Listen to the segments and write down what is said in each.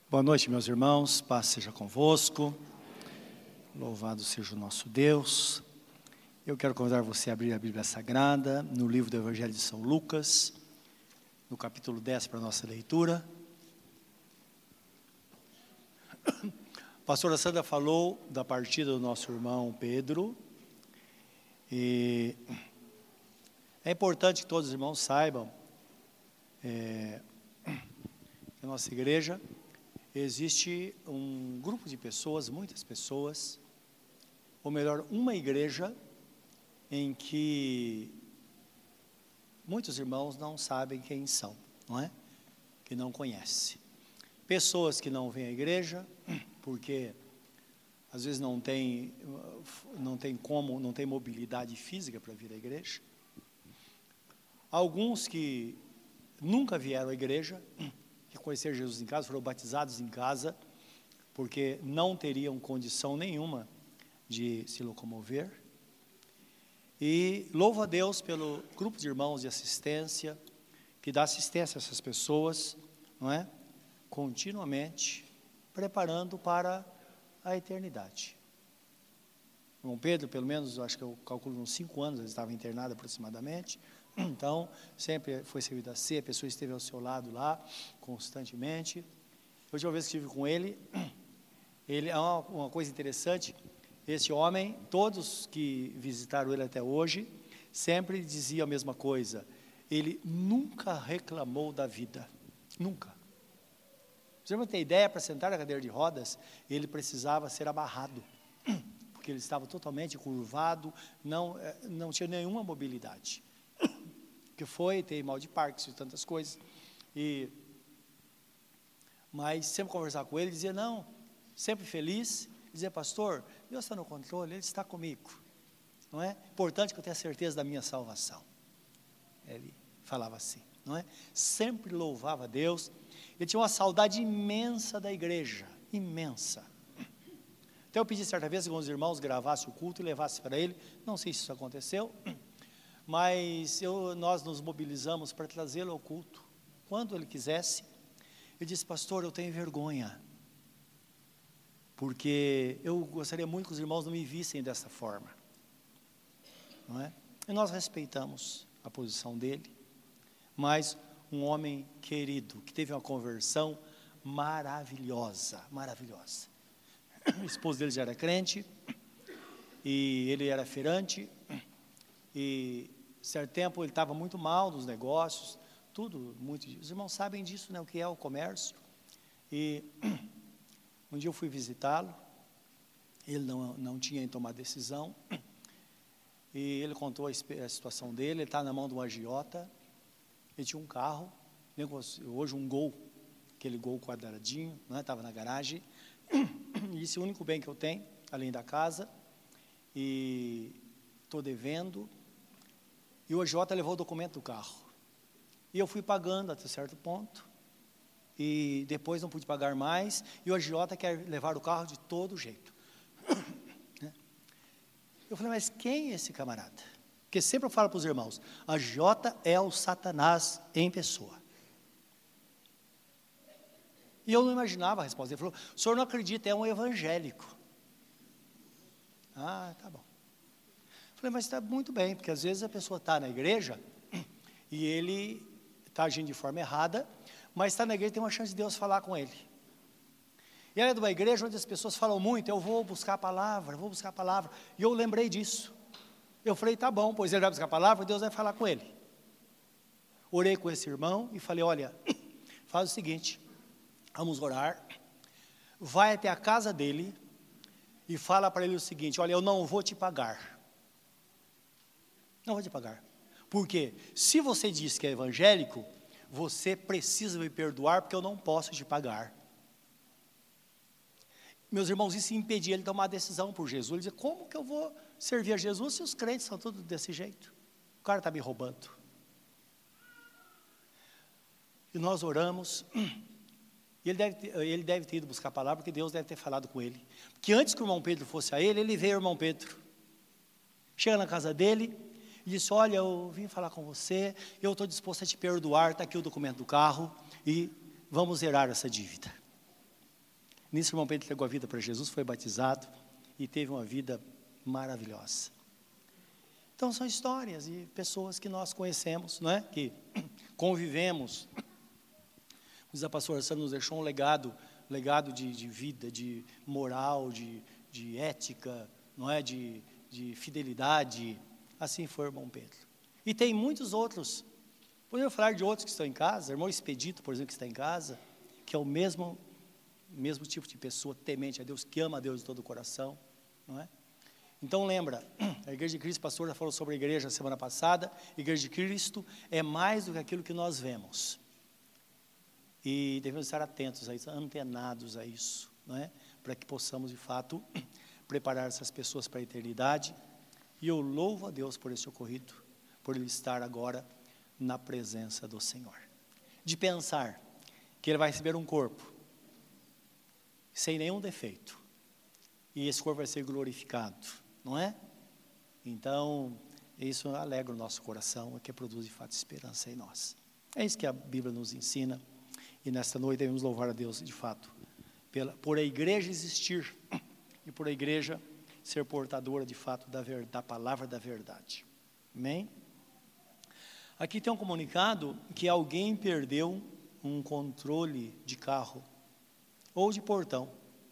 Boa noite, meus irmãos, paz seja convosco, louvado seja o nosso Deus. Eu quero convidar você a abrir a Bíblia Sagrada, no livro do Evangelho de São Lucas, no capítulo 10 para a nossa leitura. A pastora Sandra falou da partida do nosso irmão Pedro, e é importante que todos os irmãos saibam que a nossa igreja existe um grupo de pessoas, muitas pessoas, ou melhor, uma igreja em que muitos irmãos não sabem quem são, não é? Que não conhecem. Pessoas que não vêm à igreja, porque às vezes não tem mobilidade física para vir à igreja. Alguns que nunca vieram à igreja, que conheceram Jesus em casa, foram batizados em casa, porque não teriam condição nenhuma de se locomover. E louvo a Deus pelo grupo de irmãos de assistência, que dá assistência a essas pessoas, não é? Continuamente, preparando para a eternidade. O irmão Pedro, pelo menos, eu acho que eu calculo uns 5 anos, ele estava internado aproximadamente. Então, sempre foi servido a ser, a pessoa esteve ao seu lado lá, constantemente. A última vez que estive com ele é uma coisa interessante, esse homem, todos que visitaram ele até hoje, sempre diziam a mesma coisa, ele nunca reclamou da vida, nunca. Você não tem ideia, para sentar na cadeira de rodas, ele precisava ser amarrado, porque ele estava totalmente curvado, não tinha nenhuma mobilidade. Que tem mal de Parkinson e tantas coisas, mas sempre conversar com ele, dizia não, sempre feliz, dizia pastor, Deus está no controle, Ele está comigo, não é? Importante que eu tenha certeza da minha salvação, ele falava assim, não é? Sempre louvava a Deus, ele tinha uma saudade imensa da igreja, imensa. Então eu pedi certa vez que os irmãos gravassem o culto e levassem para ele, não sei se isso aconteceu, mas nós nos mobilizamos para trazê-lo ao culto, quando ele quisesse. Ele disse, pastor, eu tenho vergonha, porque eu gostaria muito que os irmãos não me vissem dessa forma, não é? E nós respeitamos a posição dele, mas um homem querido, que teve uma conversão maravilhosa, maravilhosa. A esposa dele já era crente, e ele era feirante, e certo tempo ele estava muito mal nos negócios, tudo muito, os irmãos sabem disso, né, o que é o comércio, e um dia eu fui visitá-lo, ele não tinha tomado decisão, e ele contou a situação dele, ele está na mão de um agiota, ele tinha um carro, hoje um Gol, aquele Gol quadradinho, né, estava na garagem, e esse é o único bem que eu tenho, além da casa, e estou devendo, e o agiota levou o documento do carro, e eu fui pagando até certo ponto, e depois não pude pagar mais, e o agiota quer levar o carro de todo jeito. Eu falei, mas quem é esse camarada? Porque sempre eu falo para os irmãos, agiota é o Satanás em pessoa. E eu não imaginava a resposta, ele falou, o senhor não acredita, é um evangélico. Ah, tá bom. Falei, mas está muito bem, porque às vezes a pessoa está na igreja e ele está agindo de forma errada, mas está na igreja e tem uma chance de Deus falar com ele. E ela é de uma igreja onde as pessoas falam muito, eu vou buscar a palavra, e eu lembrei disso. Eu falei, tá bom, pois ele vai buscar a palavra, Deus vai falar com ele. Orei com esse irmão e falei, olha, faz o seguinte, vamos orar, vai até a casa dele e fala para ele o seguinte, olha, eu não vou te pagar. Não vou te pagar, porque se você diz que é evangélico, você precisa me perdoar, porque eu não posso te pagar. Meus irmãos, isso impedia ele de tomar a decisão por Jesus, ele dizia, como que eu vou servir a Jesus, se os crentes são todos desse jeito? O cara está me roubando. E nós oramos, e ele deve ter ido buscar a palavra, porque Deus deve ter falado com ele, porque antes que o irmão Pedro fosse a ele veio o irmão Pedro, chega na casa dele, e disse, olha, eu vim falar com você, eu estou disposto a te perdoar, está aqui o documento do carro, e vamos zerar essa dívida. Nisso, o irmão Pedro entregou a vida para Jesus, foi batizado e teve uma vida maravilhosa. Então, são histórias e pessoas que nós conhecemos, não é? Que convivemos. O pastor Sandro nos deixou um legado de vida, de moral, de ética, não é? De fidelidade. Assim foi o irmão Pedro. E tem muitos outros. Podemos falar de outros que estão em casa, o irmão Expedito, por exemplo, que está em casa, que é o mesmo tipo de pessoa temente a Deus, que ama a Deus de todo o coração, não é? Então lembra, a Igreja de Cristo, o pastor já falou sobre a igreja semana passada, a Igreja de Cristo é mais do que aquilo que nós vemos. E devemos estar atentos a isso, antenados a isso, não é? Para que possamos de fato preparar essas pessoas para a eternidade. E eu louvo a Deus por esse ocorrido, por ele estar agora na presença do Senhor. De pensar que ele vai receber um corpo sem nenhum defeito, e esse corpo vai ser glorificado, não é? Então, isso alegra o nosso coração, é que produz de fato esperança em nós. É isso que a Bíblia nos ensina, e nesta noite devemos louvar a Deus de fato, por a igreja existir, e por a igreja ser portadora de fato da palavra da verdade. Amém? Aqui tem um comunicado que alguém perdeu um controle de carro, ou de portão.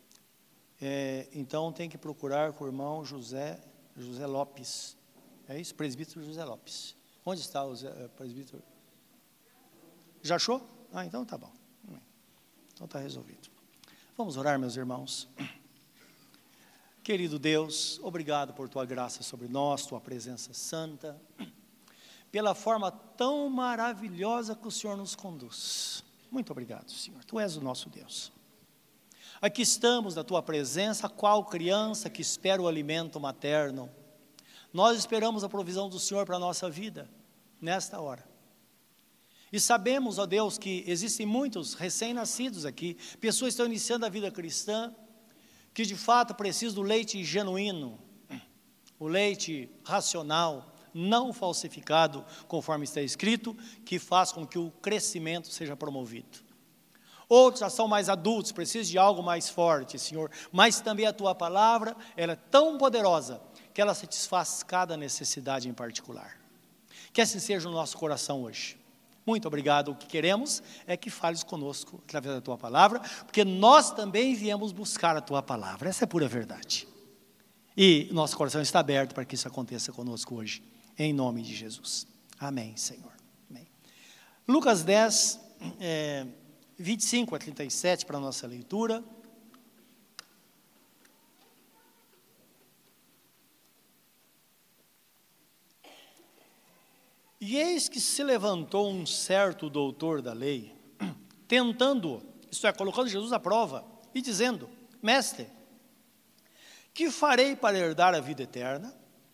Então tem que procurar com o irmão José Lopes. É isso? Presbítero José Lopes. Onde está o presbítero? Já achou? Então tá bom. Então está resolvido. Vamos orar, meus irmãos. Querido Deus, obrigado por tua graça sobre nós, tua presença santa, pela forma tão maravilhosa que o Senhor nos conduz. Muito obrigado, Senhor. Tu és o nosso Deus. Aqui estamos na tua presença, qual criança que espera o alimento materno. Nós esperamos a provisão do Senhor para a nossa vida, nesta hora. E sabemos, ó Deus, que existem muitos recém-nascidos aqui, pessoas que estão iniciando a vida cristã, que de fato precisam do leite genuíno, o leite racional, não falsificado, conforme está escrito, que faz com que o crescimento seja promovido. Outros já são mais adultos, precisam de algo mais forte, Senhor, mas também a Tua palavra, ela é tão poderosa, que ela satisfaz cada necessidade em particular. Que assim seja no nosso coração hoje. Muito obrigado, o que queremos é que fales conosco, através da Tua palavra, porque nós também viemos buscar a Tua palavra, essa é a pura verdade. E nosso coração está aberto para que isso aconteça conosco hoje, em nome de Jesus. Amém, Senhor. Amém. Lucas 10, 25 a 37 para a nossa leitura. E eis que se levantou um certo doutor da lei, tentando-o, isto é, colocando Jesus à prova, e dizendo: Mestre, que farei para herdar a vida eterna?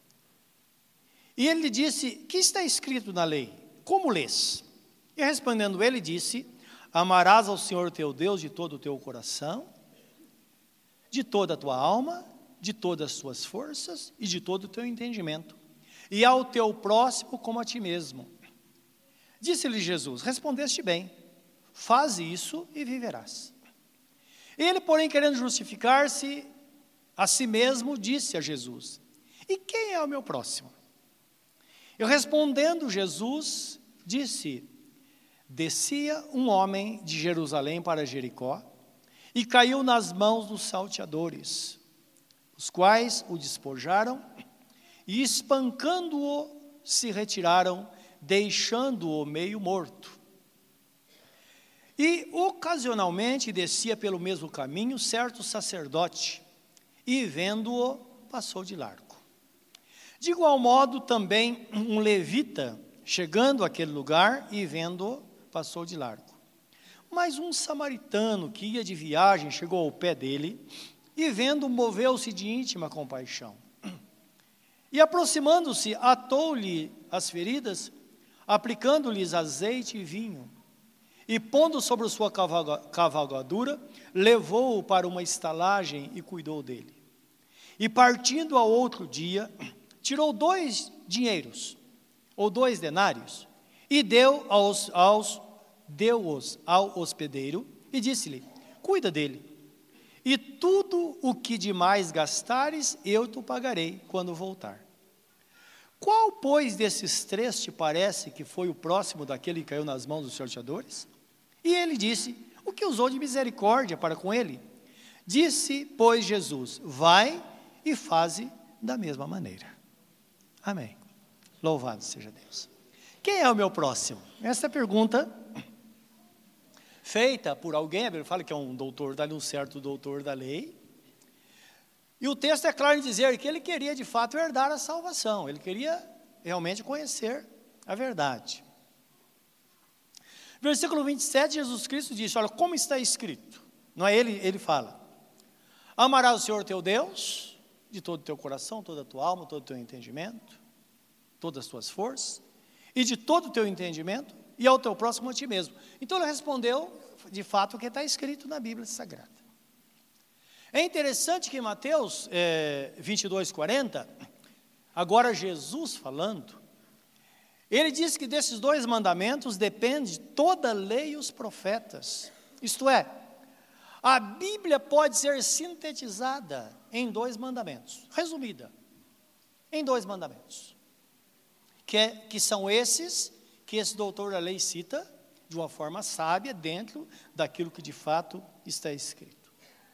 E ele lhe disse: que está escrito na lei? Como lês? E respondendo ele, disse: amarás ao Senhor teu Deus de todo o teu coração, de toda a tua alma, de todas as tuas forças e de todo o teu entendimento, e ao teu próximo como a ti mesmo. Disse-lhe Jesus: respondeste bem, faze isso e viverás. Ele, porém, querendo justificar-se a si mesmo, disse a Jesus: e quem é o meu próximo? E respondendo Jesus, disse: descia um homem de Jerusalém para Jericó e caiu nas mãos dos salteadores, os quais o despojaram e, espancando-o, se retiraram, deixando-o meio morto. E ocasionalmente descia pelo mesmo caminho certo sacerdote, e vendo-o, passou de largo. De igual modo também um levita, chegando àquele lugar e vendo-o, passou de largo. Mas um samaritano que ia de viagem chegou ao pé dele e vendo, moveu-se de íntima compaixão. E aproximando-se, atou-lhe as feridas, aplicando-lhes azeite e vinho. E pondo sobre sua cavalgadura, levou-o para uma estalagem e cuidou dele. E partindo ao outro dia, tirou 2 dinheiros, ou 2 denários, e deu-os ao hospedeiro, e disse-lhe: cuida dele, e tudo o que demais gastares, eu te pagarei quando voltar. Qual, pois, desses três te parece que foi o próximo daquele que caiu nas mãos dos salteadores? E ele disse, o que usou de misericórdia para com ele? Disse, pois, Jesus, vai e faze da mesma maneira. Amém. Louvado seja Deus. Quem é o meu próximo? Essa é a pergunta feita por alguém, a Bíblia fala que é um certo doutor da lei, e o texto é claro em dizer que ele queria de fato herdar a salvação, ele queria realmente conhecer a verdade. Versículo 27, Jesus Cristo disse, olha, como está escrito, não é ele fala, amarás o Senhor teu Deus, de todo o teu coração, toda a tua alma, todo o teu entendimento, todas as tuas forças, e de todo o teu entendimento, e ao teu próximo a ti mesmo. Então ele respondeu, de fato, o que está escrito na Bíblia Sagrada. É interessante que em Mateus 22:40, agora Jesus falando, ele diz que desses dois mandamentos depende toda a lei e os profetas. Isto é, a Bíblia pode ser sintetizada em dois mandamentos, resumida, em dois mandamentos, que são esses que esse doutor da lei cita de uma forma sábia dentro daquilo que de fato está escrito.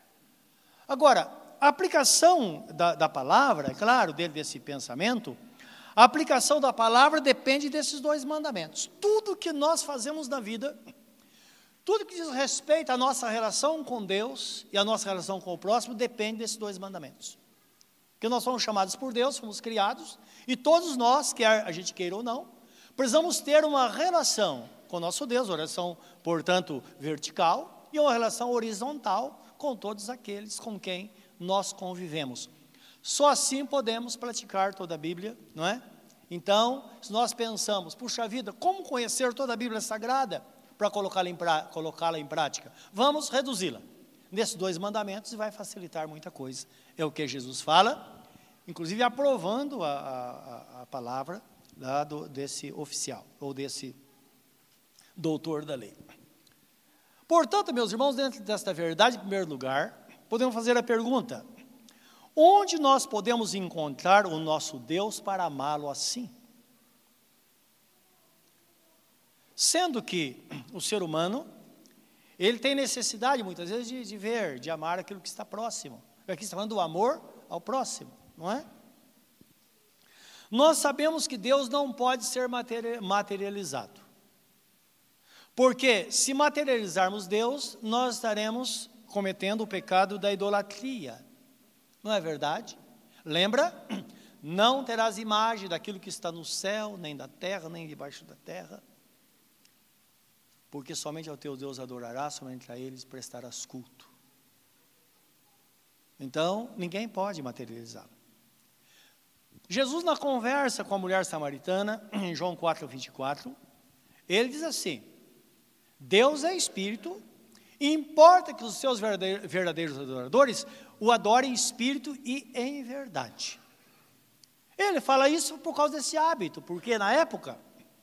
Agora, a aplicação da palavra, é claro, desse pensamento, a aplicação da palavra depende desses dois mandamentos. Tudo que nós fazemos na vida, tudo que diz respeito à nossa relação com Deus e à nossa relação com o próximo, depende desses dois mandamentos. Porque nós fomos chamados por Deus, fomos criados, e todos nós, quer a gente queira ou não, precisamos ter uma relação com o nosso Deus, uma relação, portanto, vertical, e uma relação horizontal com todos aqueles com quem nós convivemos. Só assim podemos praticar toda a Bíblia, não é? Então, se nós pensamos, puxa vida, como conhecer toda a Bíblia Sagrada para colocá-la em prática? Vamos reduzi-la nesses dois mandamentos e vai facilitar muita coisa. É o que Jesus fala, inclusive aprovando a palavra desse oficial, ou desse doutor da lei. Portanto, meus irmãos, dentro desta verdade, em primeiro lugar, podemos fazer a pergunta, onde nós podemos encontrar o nosso Deus para amá-lo assim? Sendo que o ser humano, ele tem necessidade, muitas vezes, de ver, de amar aquilo que está próximo. Aqui está falando do amor ao próximo, não é? Nós sabemos que Deus não pode ser materializado. Porque se materializarmos Deus, nós estaremos cometendo o pecado da idolatria. Não é verdade? Lembra? Não terás imagem daquilo que está no céu, nem da terra, nem debaixo da terra. Porque somente ao teu Deus adorarás, somente a eles prestarás culto. Então, ninguém pode materializá-lo. Jesus, na conversa com a mulher samaritana, em João 4:24, ele diz assim, Deus é Espírito, e importa que os seus verdadeiros adoradores o adorem em Espírito e em verdade. Ele fala isso por causa desse hábito, porque na época,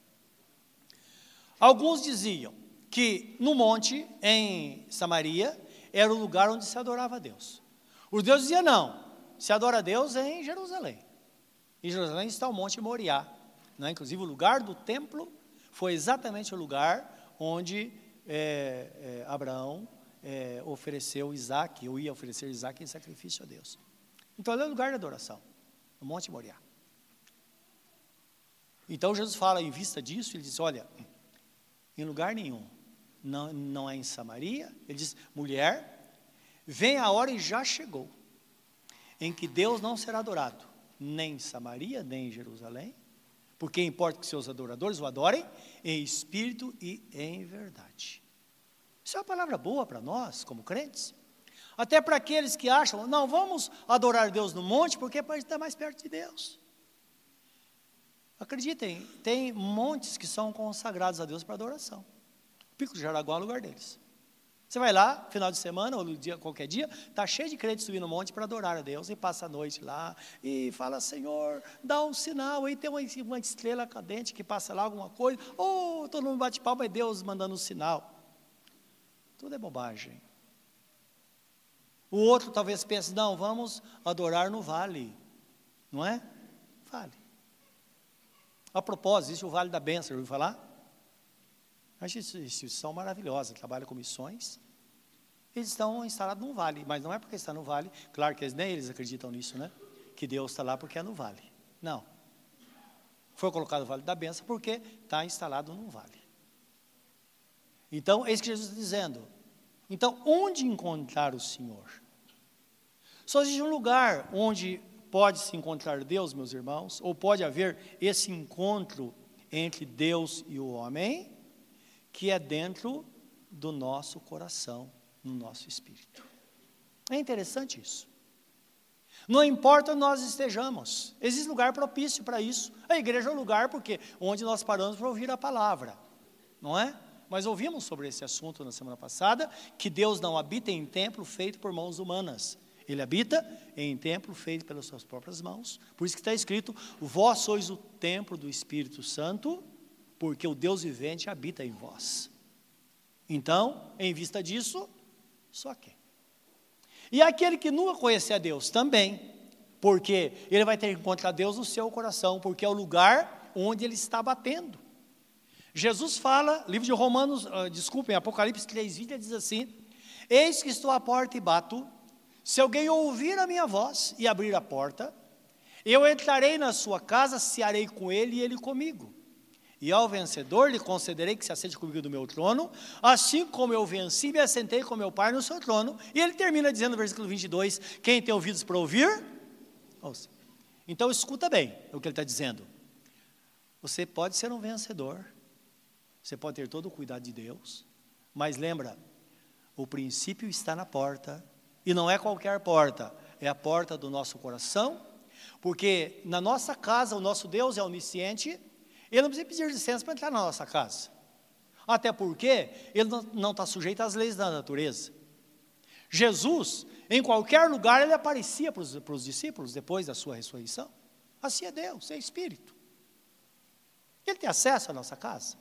alguns diziam que no monte, em Samaria, era o lugar onde se adorava a Deus. Os deuses diziam, não, se adora a Deus em Jerusalém. Em Jerusalém está o Monte Moriá, né? Inclusive o lugar do templo foi exatamente o lugar onde Abraão ofereceu Isaac, ou ia oferecer Isaac em sacrifício a Deus. Então, ali é o lugar de adoração, o Monte Moriá. Então, Jesus fala, em vista disso, ele diz, olha, em lugar nenhum, não é em Samaria, ele diz, mulher, vem a hora e já chegou, em que Deus não será adorado, nem em Samaria, nem em Jerusalém, porque importa que seus adoradores o adorem em espírito e em verdade. Isso é uma palavra boa para nós, como crentes. Até para aqueles que acham, não, vamos adorar Deus no monte, porque é para estar mais perto de Deus. Acreditem, tem montes que são consagrados a Deus para adoração. O Pico de Jaraguá é o lugar deles. Você vai lá, final de semana, ou qualquer dia, está cheio de crentes subindo no monte para adorar a Deus, e passa a noite lá, e fala, Senhor, dá um sinal, aí tem uma estrela cadente que passa lá, alguma coisa, ou todo mundo bate palma, é Deus mandando um sinal. Tudo é bobagem. O outro talvez pense, não, vamos adorar no vale. Não é? Vale. A propósito, existe o Vale da Bênção, já ouviu falar? É uma instituição maravilhosa, trabalha com missões. Eles estão instalados num vale, mas não é porque está no vale, claro que nem eles acreditam nisso, né? Que Deus está lá porque é no vale. Não. Foi colocado o Vale da Bênção porque está instalado num vale. Então, é isso que Jesus está dizendo. Então, onde encontrar o Senhor? Só existe um lugar onde pode se encontrar Deus, meus irmãos, ou pode haver esse encontro entre Deus e o homem, que é dentro do nosso coração, no nosso espírito. É interessante isso. Não importa onde nós estejamos, existe lugar propício para isso. A igreja é o lugar onde nós paramos para ouvir a palavra, não é? Mas ouvimos sobre esse assunto na semana passada, que Deus não habita em templo feito por mãos humanas. Ele habita em templo feito pelas suas próprias mãos. Por isso que está escrito, vós sois o templo do Espírito Santo, porque o Deus vivente habita em vós. Então, em vista disso, só que. E aquele que nunca conhecer a Deus também, porque ele vai ter que encontrar Deus no seu coração, porque é o lugar onde ele está batendo. Jesus fala, livro de Romanos, Apocalipse 3:20, diz assim, eis que estou à porta e bato, se alguém ouvir a minha voz e abrir a porta, eu entrarei na sua casa, cearei com ele e ele comigo. E ao vencedor lhe concederei que se assente comigo do meu trono, assim como eu venci e me assentei com meu Pai no seu trono. E ele termina dizendo no versículo 22, quem tem ouvidos para ouvir, ouça. Então escuta bem o que ele está dizendo. Você pode ser um vencedor, você pode ter todo o cuidado de Deus, mas lembra, o princípio está na porta, e não é qualquer porta, é a porta do nosso coração, porque na nossa casa o nosso Deus é onisciente, ele não precisa pedir licença para entrar na nossa casa, até porque ele não está sujeito às leis da natureza. Jesus, em qualquer lugar, ele aparecia para os discípulos depois da sua ressurreição. Assim é Deus, é Espírito. Ele tem acesso à nossa casa.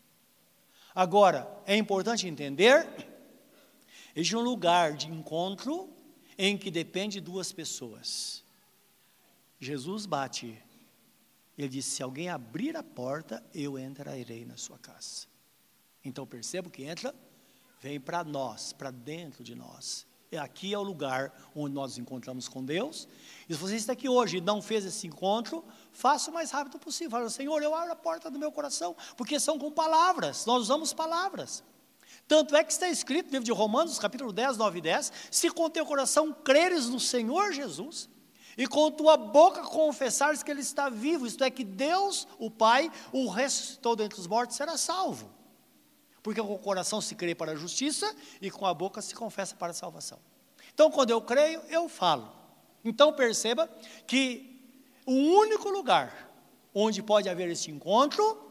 Agora, é importante entender, existe um lugar de encontro em que depende de duas pessoas. Jesus bate, ele disse, se alguém abrir a porta, eu entrarei na sua casa. Então percebo que entra, vem para nós, para dentro de nós. Aqui é o lugar onde nós nos encontramos com Deus. E se você está aqui hoje e não fez esse encontro, faça o mais rápido possível. Fala, Senhor, eu abro a porta do meu coração, porque são com palavras, nós usamos palavras. Tanto é que está escrito no livro de Romanos, capítulo 10, 9 e 10, se com teu coração creres no Senhor Jesus, e com tua boca confessares que Ele está vivo, isto é, que Deus, o Pai, o ressuscitou dentre os mortos, será salvo. Porque com o coração se crê para a justiça, e com a boca se confessa para a salvação. Então, quando eu creio, eu falo. Então, perceba que o único lugar onde pode haver este encontro,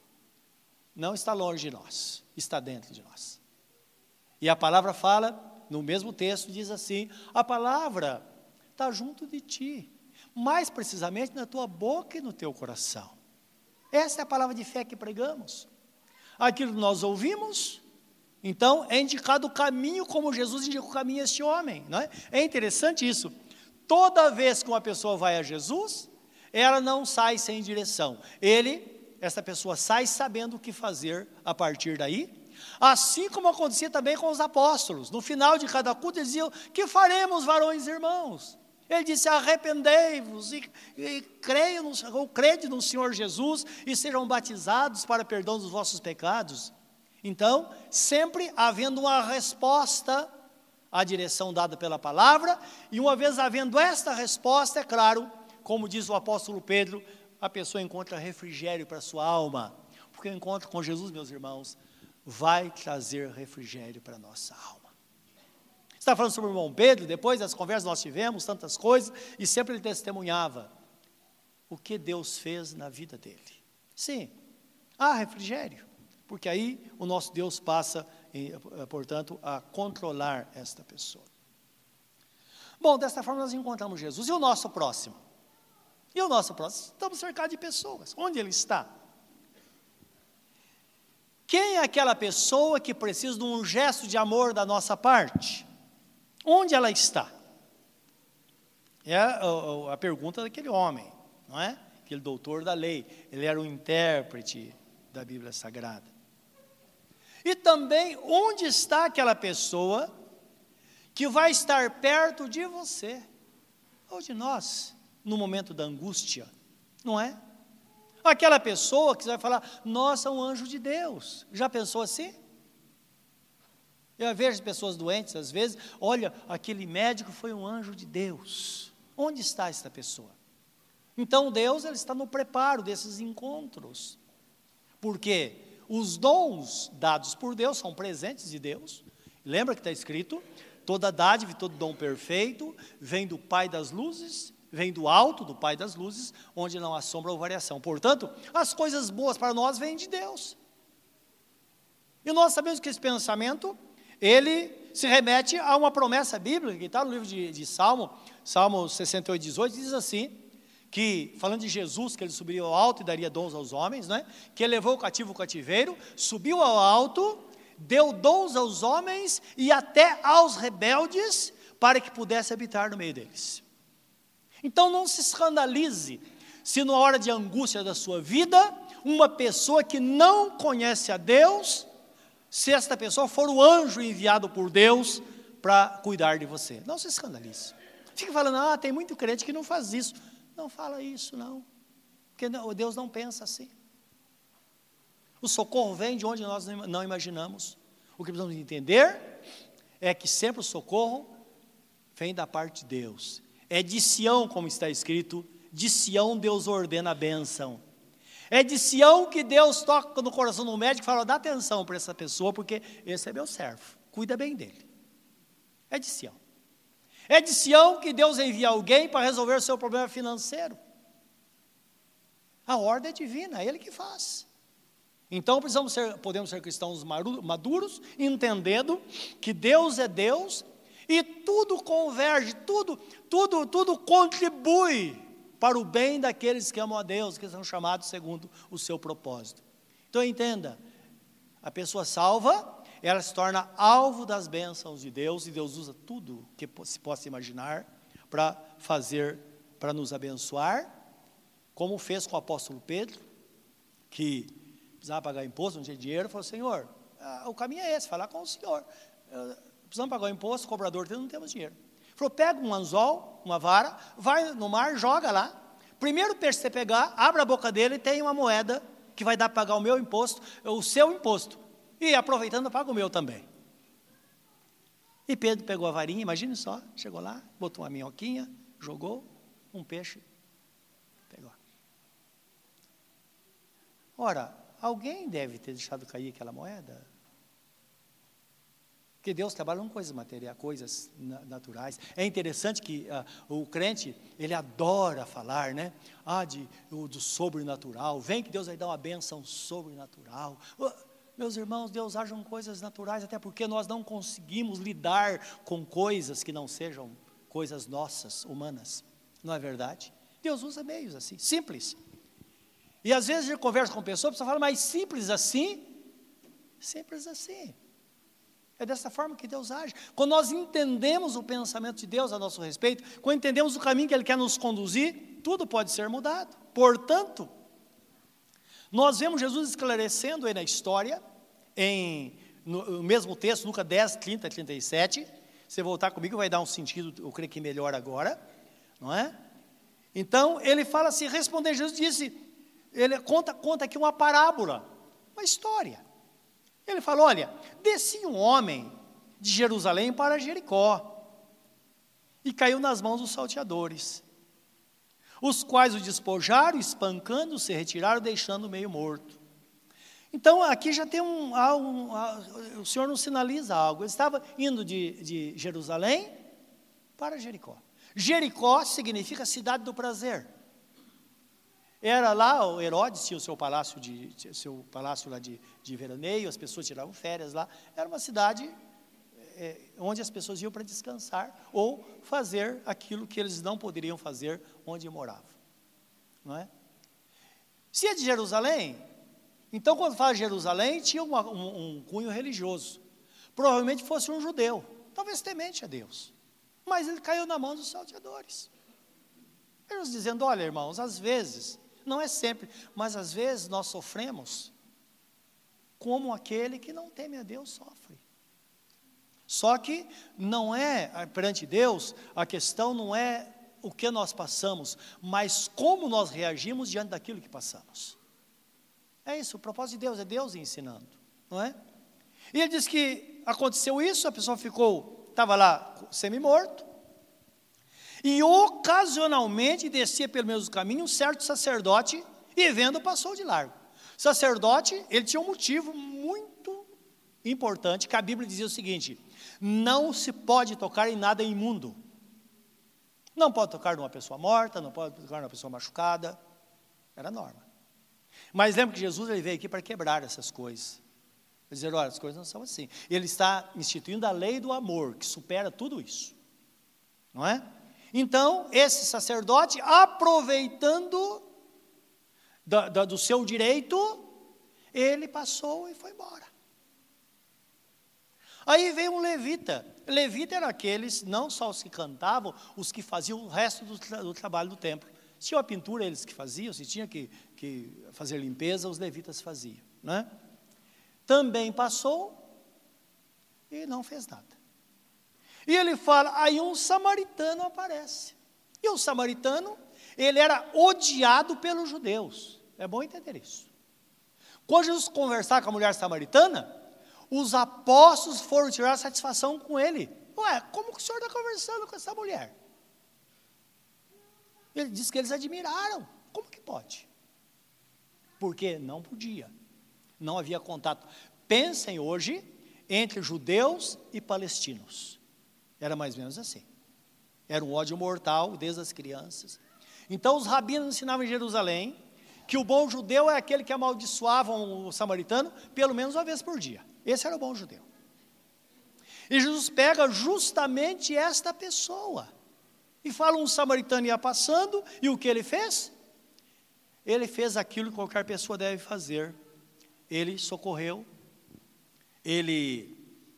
não está longe de nós, está dentro de nós. E a palavra fala, no mesmo texto, diz assim, a palavra está junto de ti, mais precisamente na tua boca e no teu coração. Essa é a palavra de fé que pregamos. Aquilo que nós ouvimos, então é indicado o caminho como Jesus indicou o caminho a este homem. Não é? É interessante isso. Toda vez que uma pessoa vai a Jesus, ela não sai sem direção. Essa pessoa sai sabendo o que fazer a partir daí. Assim como acontecia também com os apóstolos. No final de cada culto eles diziam, que faremos, varões e irmãos? Ele disse, arrependei-vos e crede no Senhor Jesus e sejam batizados para perdão dos vossos pecados. Então, sempre havendo uma resposta à direção dada pela palavra, e uma vez havendo esta resposta, é claro, como diz o apóstolo Pedro, a pessoa encontra refrigério para a sua alma, porque o encontro com Jesus, meus irmãos, vai trazer refrigério para a nossa alma. Está falando sobre o irmão Pedro, depois das conversas nós tivemos, tantas coisas, e sempre ele testemunhava o que Deus fez na vida dele. Sim, há refrigério, porque aí o nosso Deus passa, portanto, a controlar esta pessoa. Bom, desta forma nós encontramos Jesus. E o nosso próximo? E o nosso próximo? Estamos cercados de pessoas. Onde ele está? Quem é aquela pessoa que precisa de um gesto de amor da nossa parte? Onde ela está? É a pergunta daquele homem, não é? Aquele doutor da lei. Ele era o intérprete da Bíblia Sagrada. E também, onde está aquela pessoa que vai estar perto de você, ou de nós, no momento da angústia, não é? Aquela pessoa que vai falar, nossa, um anjo de Deus. Já pensou assim? Eu vejo pessoas doentes, às vezes, olha, aquele médico foi um anjo de Deus. Onde está essa pessoa? Então, Deus, ele está no preparo desses encontros. Porque os dons dados por Deus são presentes de Deus. Lembra que está escrito, toda dádiva e todo dom perfeito vem do Pai das luzes, vem do alto do Pai das luzes, onde não há sombra ou variação. Portanto, as coisas boas para nós vêm de Deus. E nós sabemos que esse pensamento, ele se remete a uma promessa bíblica, que está no livro de Salmo 68, 18, diz assim, que, falando de Jesus, que ele subiria ao alto e daria dons aos homens, né? Que ele levou o cativo o cativeiro, subiu ao alto, deu dons aos homens e até aos rebeldes, para que pudesse habitar no meio deles. Então não se escandalize, se na hora de angústia da sua vida, uma pessoa que não conhece a Deus, se esta pessoa for o anjo enviado por Deus para cuidar de você. Não se escandalize. Fica falando, tem muito crente que não faz isso. Não fala isso, não. Porque Deus não pensa assim. O socorro vem de onde nós não imaginamos. O que precisamos entender é que sempre o socorro vem da parte de Deus. É de Sião, como está escrito, de Sião Deus ordena a bênção. É de Sião que Deus toca no coração do médico e fala, dá atenção para essa pessoa, porque esse é meu servo, cuida bem dele. É de Sião. É de Sião que Deus envia alguém para resolver o seu problema financeiro. A ordem é divina, é Ele que faz. Então podemos ser cristãos maduros, entendendo que Deus é Deus, e tudo converge, tudo contribui para o bem daqueles que amam a Deus, que são chamados segundo o seu propósito. Então entenda, a pessoa salva, ela se torna alvo das bênçãos de Deus, e Deus usa tudo que se possa imaginar para nos abençoar, como fez com o apóstolo Pedro, que precisava pagar imposto, não tinha dinheiro, falou, Senhor, o caminho é esse, falar com o Senhor, precisamos pagar o imposto, o cobrador não temos dinheiro. Falou, pega um anzol, uma vara, vai no mar, joga lá. Primeiro peixe que você pegar, abre a boca dele e tem uma moeda que vai dar para pagar o meu imposto, o seu imposto. E aproveitando, paga o meu também. E Pedro pegou a varinha, imagine só, chegou lá, botou uma minhoquinha, jogou, um peixe, pegou. Ora, alguém deve ter deixado cair aquela moeda. Porque Deus trabalha com coisas materiais, coisas naturais. É interessante que o crente, ele adora falar, né? Do sobrenatural. Vem que Deus vai dar uma bênção sobrenatural. Meus irmãos, Deus age com coisas naturais, até porque nós não conseguimos lidar com coisas que não sejam coisas nossas, humanas. Não é verdade? Deus usa meios assim, simples. E às vezes a gente conversa com pessoas, a pessoa fala, mas simples assim? Simples assim. É dessa forma que Deus age. Quando nós entendemos o pensamento de Deus a nosso respeito, quando entendemos o caminho que Ele quer nos conduzir, tudo pode ser mudado. Portanto, nós vemos Jesus esclarecendo aí na história, no mesmo texto, Lucas 10, 30 e 37. Se voltar comigo vai dar um sentido, eu creio que melhor agora, não é? Então, ele fala assim, respondendo, Jesus disse, ele conta aqui uma parábola, uma história. Ele falou, olha, descia um homem de Jerusalém para Jericó e caiu nas mãos dos salteadores, os quais o despojaram, espancando, se retiraram, deixando meio morto. Então, aqui já tem o Senhor nos sinaliza algo. Ele estava indo de Jerusalém para Jericó. Jericó significa cidade do prazer. Era lá, o Herodes tinha o seu palácio lá de veraneio, as pessoas tiravam férias lá. Era uma cidade onde as pessoas iam para descansar ou fazer aquilo que eles não poderiam fazer onde moravam. Não é? Se é de Jerusalém, então quando fala Jerusalém, tinha um cunho religioso. Provavelmente fosse um judeu, talvez temente a Deus. mas ele caiu na mão dos salteadores. Eles dizendo, olha, irmãos, às vezes, não é sempre, mas às vezes nós sofremos como aquele que não teme a Deus sofre. Só que não é, perante Deus, a questão não é o que nós passamos, mas como nós reagimos diante daquilo que passamos. É isso, o propósito de Deus é Deus ensinando, não é? E ele diz que aconteceu isso, a pessoa estava lá semi-morto, e ocasionalmente descia pelo mesmo caminho um certo sacerdote, e vendo passou de largo. O sacerdote, ele tinha um motivo muito importante, que a Bíblia dizia o seguinte: não se pode tocar em nada imundo. Não pode tocar numa pessoa morta, não pode tocar numa pessoa machucada, era a norma. Mas lembra que Jesus ele veio aqui para quebrar essas coisas. Dizer, olha, as coisas não são assim. Ele está instituindo a lei do amor, que supera tudo isso. Não é? Então, esse sacerdote, aproveitando do seu direito, ele passou e foi embora. Aí veio um levita. Levita eram aqueles, não só os que cantavam, os que faziam o resto do trabalho do templo. Se tinha a pintura, eles que faziam, se tinha que fazer limpeza, os levitas faziam. Né? Também passou e não fez nada. E ele fala, aí um samaritano aparece. E o samaritano, ele era odiado pelos judeus. É bom entender isso. Quando Jesus conversava com a mulher samaritana, os apóstolos foram tirar satisfação com ele. Ué, como que o senhor está conversando com essa mulher? Ele disse que eles admiraram. Como que pode? Porque não podia. Não havia contato. Pensem hoje entre judeus e palestinos. Era mais ou menos assim. Era um ódio mortal desde as crianças. Então os rabinos ensinavam em Jerusalém que o bom judeu é aquele que amaldiçoava o samaritano pelo menos uma vez por dia. Esse era o bom judeu. E Jesus pega justamente esta pessoa. E fala, um samaritano ia passando, e o que ele fez? Ele fez aquilo que qualquer pessoa deve fazer. Ele socorreu, ele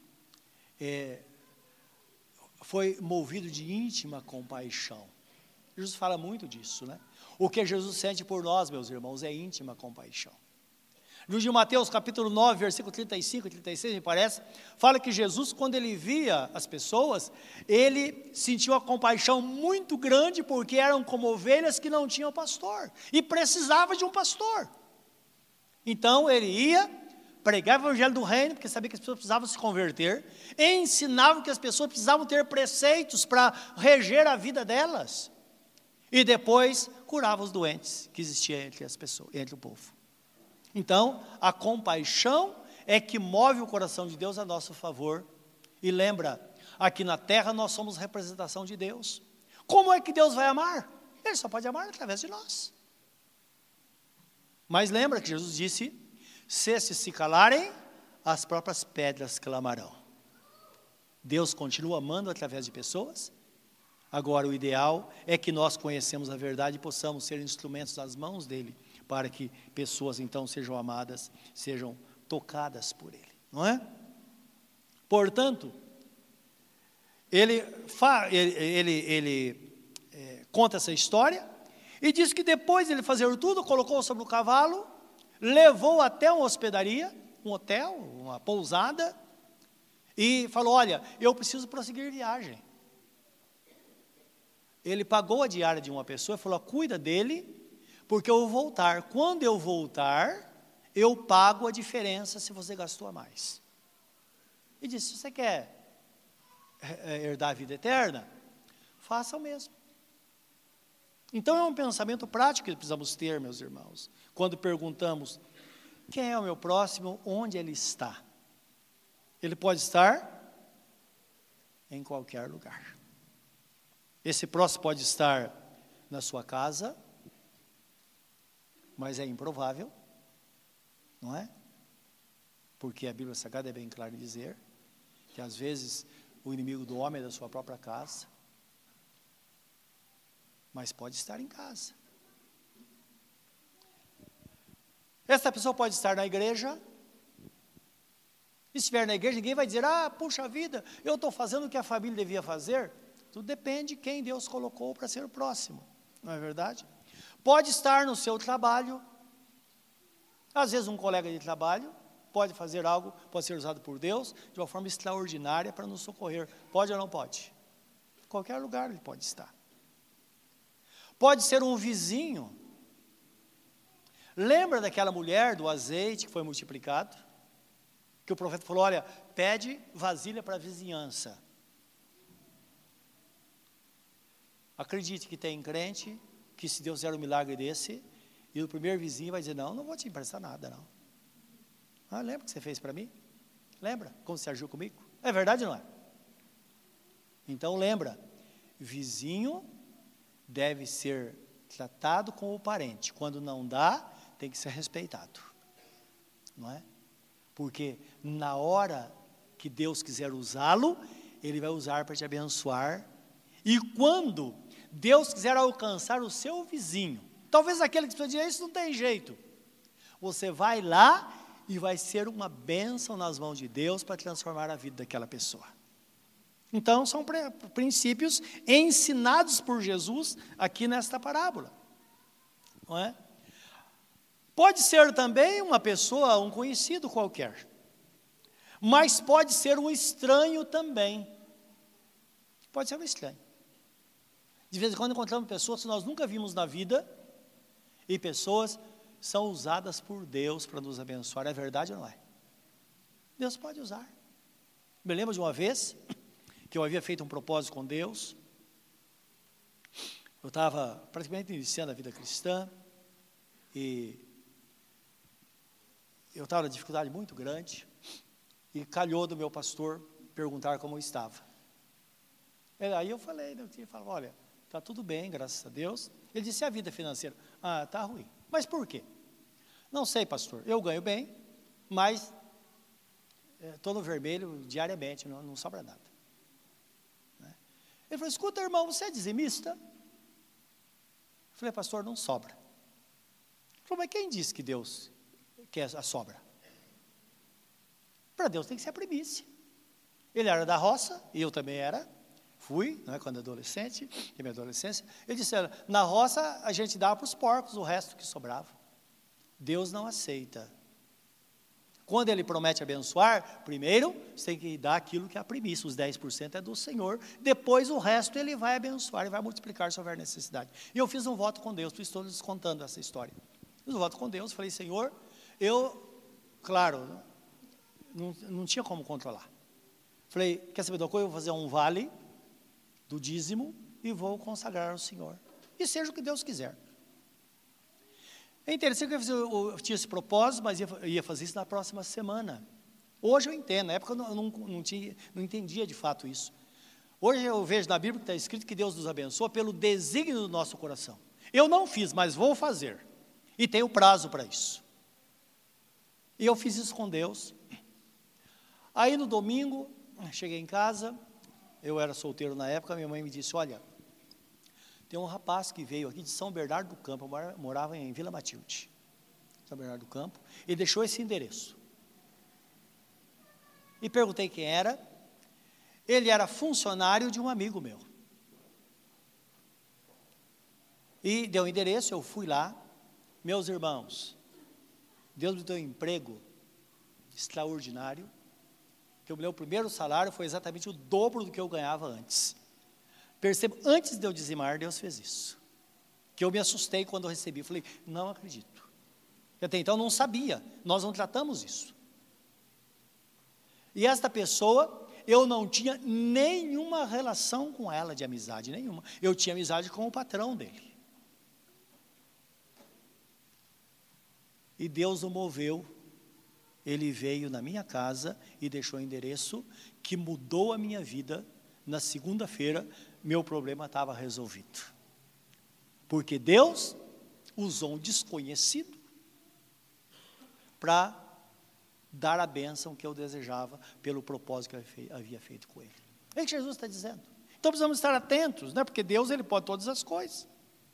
foi movido de íntima compaixão. Jesus fala muito disso, né? O que Jesus sente por nós, meus irmãos, é íntima compaixão. No livro de Mateus, capítulo 9, versículo 35 e 36, me parece, fala que Jesus, quando ele via as pessoas, ele sentiu uma compaixão muito grande, porque eram como ovelhas que não tinham pastor, e precisava de um pastor. Então, ele ia, pregava o evangelho do reino, porque sabia que as pessoas precisavam se converter, ensinava que as pessoas precisavam ter preceitos para reger a vida delas, e depois curava os doentes que existiam entre as pessoas, entre o povo. Então, a compaixão é que move o coração de Deus a nosso favor. E lembra, aqui na terra nós somos representação de Deus. Como é que Deus vai amar? Ele só pode amar através de nós. Mas lembra que Jesus disse, se esses se calarem, as próprias pedras clamarão. Deus continua amando através de pessoas. Agora, o ideal é que nós conhecemos a verdade e possamos ser instrumentos nas mãos dEle, para que pessoas então sejam amadas, sejam tocadas por Ele, não é? Portanto, ele conta essa história, e diz que depois de ele fazer tudo, colocou sobre o cavalo, levou até uma hospedaria, um hotel, uma pousada, e falou, olha, eu preciso prosseguir viagem. Ele pagou a diária de uma pessoa, falou, cuida dele, porque eu vou voltar. Quando eu voltar, eu pago a diferença se você gastou a mais. E disse, se você quer herdar a vida eterna, faça o mesmo. Então é um pensamento prático que precisamos ter, meus irmãos. Quando perguntamos, quem é o meu próximo, onde ele está? Ele pode estar em qualquer lugar. Esse próximo pode estar na sua casa, mas é improvável, não é? Porque a Bíblia Sagrada é bem clara em dizer que às vezes o inimigo do homem é da sua própria casa, mas pode estar em casa. Essa pessoa pode estar na igreja, e se estiver na igreja, ninguém vai dizer, puxa vida, eu estou fazendo o que a família devia fazer. Tudo depende de quem Deus colocou para ser o próximo, não é verdade? Pode estar no seu trabalho, às vezes um colega de trabalho pode fazer algo, pode ser usado por Deus de uma forma extraordinária para nos socorrer. Pode ou não pode? Em qualquer lugar ele pode estar. Pode ser um vizinho. Lembra daquela mulher do azeite que foi multiplicado? Que o profeta falou, olha, pede vasilha para a vizinhança. Acredite que tem crente, que se Deus fizer um milagre desse, e o primeiro vizinho vai dizer, não vou te emprestar nada, não. Ah, lembra o que você fez para mim? Lembra como você agiu comigo? É verdade ou não é? Então lembra, vizinho deve ser tratado como parente. Quando não dá, tem que ser respeitado. Não é? Porque na hora que Deus quiser usá-lo, Ele vai usar para te abençoar. E quando Deus quiser alcançar o seu vizinho, talvez aquele que precisa dizer, isso não tem jeito. Você vai lá e vai ser uma bênção nas mãos de Deus para transformar a vida daquela pessoa. Então, são princípios ensinados por Jesus aqui nesta parábola. Não é? Pode ser também uma pessoa, um conhecido qualquer. Mas pode ser um estranho também. Pode ser um estranho. De vez em quando encontramos pessoas que nós nunca vimos na vida, e pessoas são usadas por Deus para nos abençoar. É verdade ou não é? Deus pode usar. Me lembro de uma vez que eu havia feito um propósito com Deus. Eu estava praticamente iniciando a vida cristã, e eu estava numa dificuldade muito grande, e calhou do meu pastor perguntar como eu estava. Aí eu falei, olha, está tudo bem, graças a Deus. Ele disse, e a vida financeira? Ah, está ruim. Mas por quê? Não sei, pastor, eu ganho bem, mas estou no vermelho diariamente, não sobra nada. Ele falou, escuta, irmão, você é dizimista? Eu falei, pastor, não sobra. Ele falou, mas quem disse que Deus quer a sobra? Para Deus tem que ser a primícia. Ele era da roça, e eu também fui, quando adolescente, em minha adolescência. Ele disse, na roça a gente dava para os porcos o resto que sobrava. Deus não aceita. Quando Ele promete abençoar, primeiro, você tem que dar aquilo que é a primícia, os 10% é do Senhor, depois o resto Ele vai abençoar, Ele vai multiplicar se houver necessidade. E eu fiz um voto com Deus, estou lhes contando essa história. Fiz um voto com Deus, falei, Senhor, claro, não tinha como controlar. Falei, quer saber de uma coisa? Eu vou fazer um vale do dízimo e vou consagrar ao Senhor. E seja o que Deus quiser. É interessante que eu tinha esse propósito, mas ia fazer isso na próxima semana. Hoje eu entendo, na época eu não entendia de fato isso. Hoje eu vejo na Bíblia que está escrito que Deus nos abençoa pelo desígnio do nosso coração. Eu não fiz, mas vou fazer. E tenho prazo para isso. E eu fiz isso com Deus. Aí no domingo, cheguei em casa, eu era solteiro na época, minha mãe me disse, olha, tem um rapaz que veio aqui de São Bernardo do Campo, eu morava em Vila Matilde, São Bernardo do Campo, e deixou esse endereço. E perguntei quem era. Ele era funcionário de um amigo meu. E deu o endereço, eu fui lá. Meus irmãos, Deus me deu um emprego extraordinário, que o meu primeiro salário foi exatamente o dobro do que eu ganhava antes. Percebo, antes de eu dizimar, Deus fez isso. Que eu me assustei quando eu recebi. Falei, não acredito. Até então não sabia, nós não tratamos isso. E esta pessoa, eu não tinha nenhuma relação com ela de amizade, nenhuma. Eu tinha amizade com o patrão dele. E Deus o moveu. Ele veio na minha casa e deixou o endereço que mudou a minha vida. Na segunda-feira, meu problema estava resolvido. Porque Deus usou um desconhecido para dar a bênção que eu desejava pelo propósito que eu havia feito com ele. É o que Jesus está dizendo. Então precisamos estar atentos, porque Deus ele pode todas as coisas.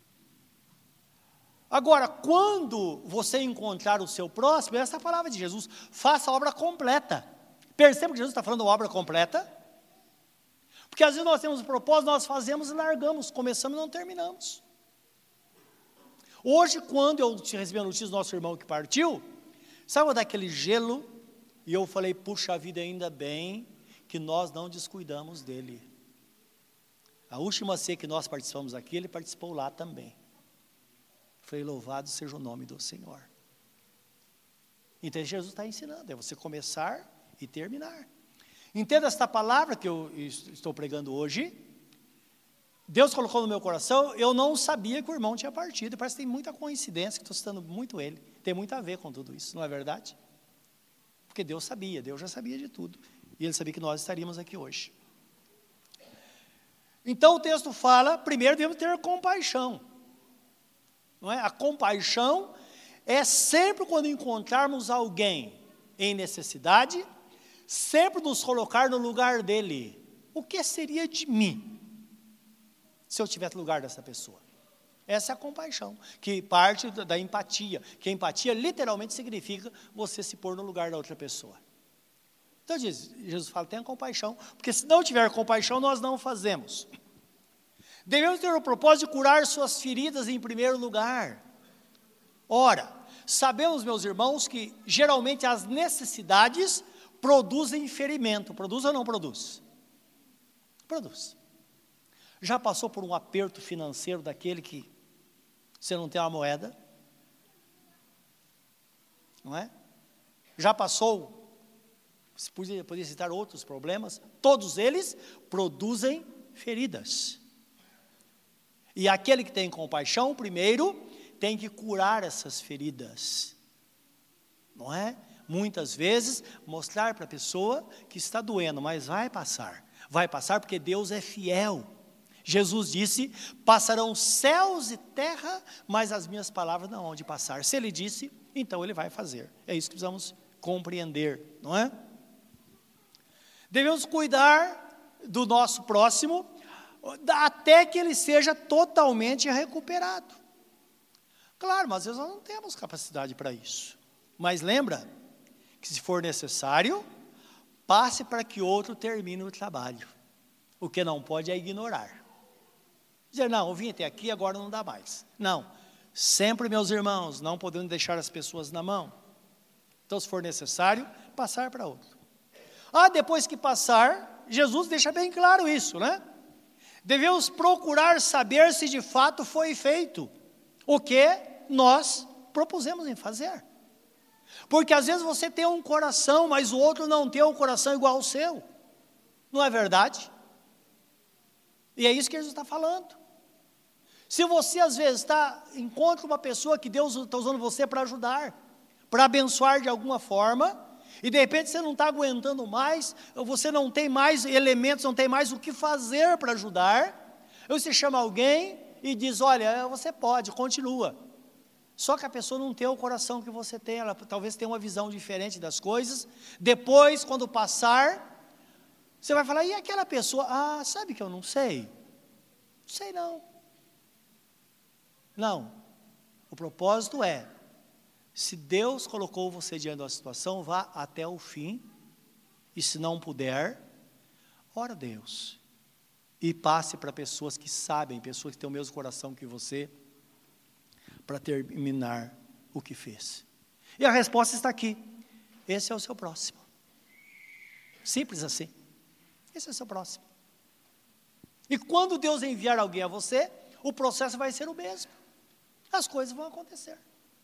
Agora, quando você encontrar o seu próximo, essa é a palavra de Jesus, faça a obra completa. Perceba que Jesus está falando obra completa? Porque às vezes nós temos um propósito, nós fazemos e largamos, começamos e não terminamos. Hoje, quando eu recebi a notícia do nosso irmão que partiu, sabe daquele gelo? E eu falei, puxa vida, ainda bem que nós não descuidamos dele. A última ceia que nós participamos aqui, ele participou lá também. Falei, louvado seja o nome do Senhor. Então Jesus está ensinando, é você começar e terminar. Entenda esta palavra que eu estou pregando hoje. Deus colocou no meu coração, eu não sabia que o irmão tinha partido. Parece que tem muita coincidência, que estou citando muito ele. Tem muito a ver com tudo isso, não é verdade? Porque Deus sabia, Deus já sabia de tudo. E Ele sabia que nós estaríamos aqui hoje. Então o texto fala, primeiro devemos ter compaixão. Não é? A compaixão é sempre quando encontrarmos alguém em necessidade, sempre nos colocar no lugar dele. O que seria de mim se eu tivesse no lugar dessa pessoa? Essa é a compaixão, que parte da empatia, que a empatia literalmente significa você se pôr no lugar da outra pessoa. Então Jesus fala, tenha compaixão, porque se não tiver compaixão, nós não fazemos. Devemos ter o propósito de curar suas feridas em primeiro lugar. Ora, sabemos, meus irmãos, que geralmente as necessidades produzem ferimento. Produz ou não produz? Produz. Já passou por um aperto financeiro daquele que você não tem uma moeda? Não é? Já passou, você podia citar outros problemas, todos eles produzem feridas. E aquele que tem compaixão, primeiro, tem que curar essas feridas. Não é? Muitas vezes, mostrar para a pessoa que está doendo, mas vai passar. Vai passar porque Deus é fiel. Jesus disse, passarão céus e terra, mas as minhas palavras não hão de passar. Se Ele disse, então Ele vai fazer. É isso que precisamos compreender, não é? Devemos cuidar do nosso próximo, até que ele seja totalmente recuperado. Claro, mas às vezes nós não temos capacidade para isso. Mas lembra, que se for necessário, passe para que outro termine o trabalho. O que não pode é ignorar. Dizer, não, eu vim até aqui, agora não dá mais. Não, sempre, meus irmãos, não podemos deixar as pessoas na mão. Então, se for necessário, passar para outro. Depois que passar, Jesus deixa bem claro isso, né? Devemos procurar saber se de fato foi feito o que nós propusemos em fazer. Porque às vezes você tem um coração, mas o outro não tem um coração igual ao seu. Não é verdade? E é isso que Jesus está falando. Se você às vezes encontra uma pessoa que Deus está usando você para ajudar, para abençoar de alguma forma, e de repente você não está aguentando mais, ou você não tem mais elementos, não tem mais o que fazer para ajudar, aí você chama alguém e diz, olha, você pode, continua. Só que a pessoa não tem o coração que você tem, ela talvez tenha uma visão diferente das coisas. Depois, quando passar, você vai falar, e aquela pessoa? Sabe que eu não sei? Não sei não. Não. O propósito é, se Deus colocou você diante da situação, vá até o fim. E se não puder, ora a Deus. E passe para pessoas que sabem, pessoas que têm o mesmo coração que você, para terminar o que fez. E a resposta está aqui. Esse é o seu próximo. Simples assim. Esse é o seu próximo. E quando Deus enviar alguém a você, o processo vai ser o mesmo. As coisas vão acontecer.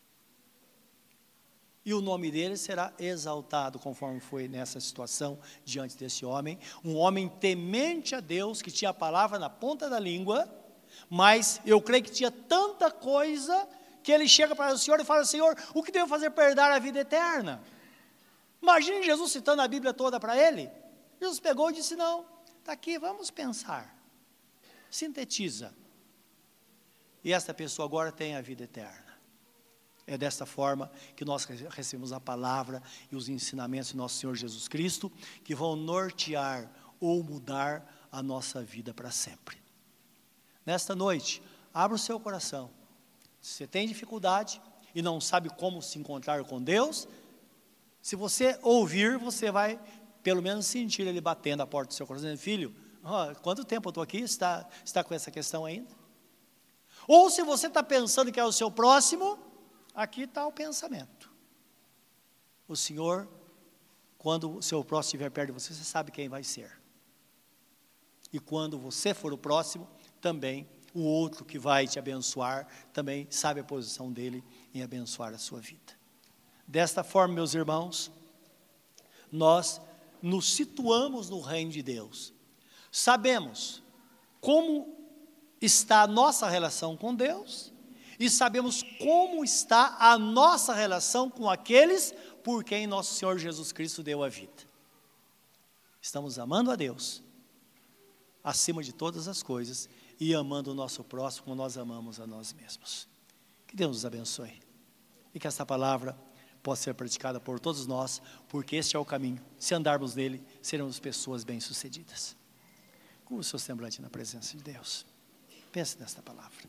E o nome dele será exaltado, conforme foi nessa situação diante desse homem. Um homem temente a Deus, que tinha a palavra na ponta da língua, mas eu creio que tinha tanta coisa, que ele chega para o Senhor e fala, Senhor, o que devo fazer para herdar a vida eterna? Imagine Jesus citando a Bíblia toda para ele. Jesus pegou e disse, não, está aqui, vamos pensar. Sintetiza. E esta pessoa agora tem a vida eterna. É desta forma que nós recebemos a palavra e os ensinamentos do nosso Senhor Jesus Cristo, que vão nortear ou mudar a nossa vida para sempre. Nesta noite, abra o seu coração. Se você tem dificuldade e não sabe como se encontrar com Deus, se você ouvir, você vai pelo menos sentir ele batendo a porta do seu coração, dizendo, filho, Quanto tempo eu estou aqui? Está com essa questão ainda? Ou se você está pensando que é o seu próximo, aqui está o pensamento. O Senhor, quando o seu próximo estiver perto de você, você sabe quem vai ser. E quando você for o próximo, também o outro que vai te abençoar, também sabe a posição dele em abençoar a sua vida. Desta forma, meus irmãos, nós nos situamos no reino de Deus. Sabemos como está a nossa relação com Deus e sabemos como está a nossa relação com aqueles por quem nosso Senhor Jesus Cristo deu a vida. Estamos amando a Deus acima de todas as coisas e amando o nosso próximo como nós amamos a nós mesmos. Que Deus nos abençoe e que esta palavra possa ser praticada por todos nós, porque este é o caminho. Se andarmos nele, seremos pessoas bem-sucedidas. Com o seu semblante na presença de Deus. Pense nesta palavra.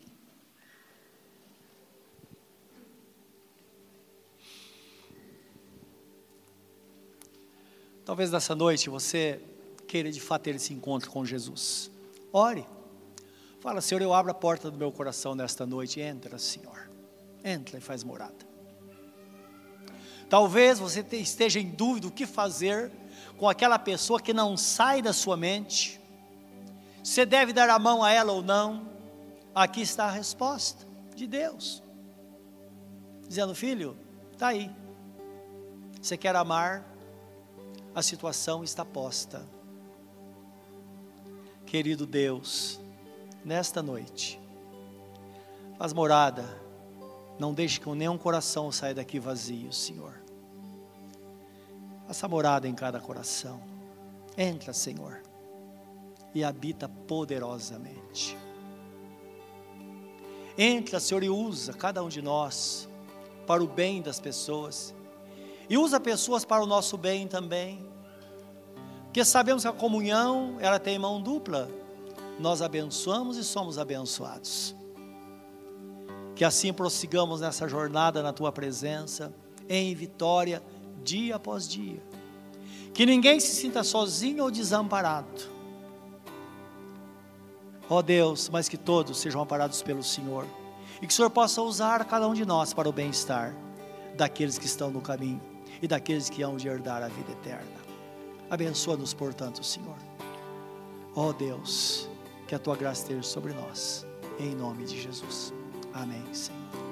Talvez nessa noite você queira de fato ter esse encontro com Jesus. Ore. Fala, Senhor, eu abro a porta do meu coração nesta noite. Entra, Senhor. Entra e faz morada. Talvez você esteja em dúvida o que fazer com aquela pessoa que não sai da sua mente. Você deve dar a mão a ela ou não? Aqui está a resposta de Deus. Dizendo, filho, está aí. Você quer amar? A situação está posta. Querido Deus, nesta noite, faz morada, não deixe que nenhum coração saia daqui vazio, Senhor. Faça morada em cada coração. Entra, Senhor, e habita poderosamente. Entra, Senhor, e usa cada um de nós para o bem das pessoas. E usa pessoas para o nosso bem também. Porque sabemos que a comunhão, ela tem mão dupla. Nós abençoamos e somos abençoados. Que assim prossigamos nessa jornada na Tua presença, em vitória, dia após dia. Que ninguém se sinta sozinho ou desamparado. Ó Deus, mas que todos sejam amparados pelo Senhor. E que o Senhor possa usar cada um de nós para o bem-estar daqueles que estão no caminho e daqueles que hão de herdar a vida eterna. Abençoa-nos, portanto, Senhor. Ó Deus, que a Tua graça esteja sobre nós, em nome de Jesus. Amém, Senhor.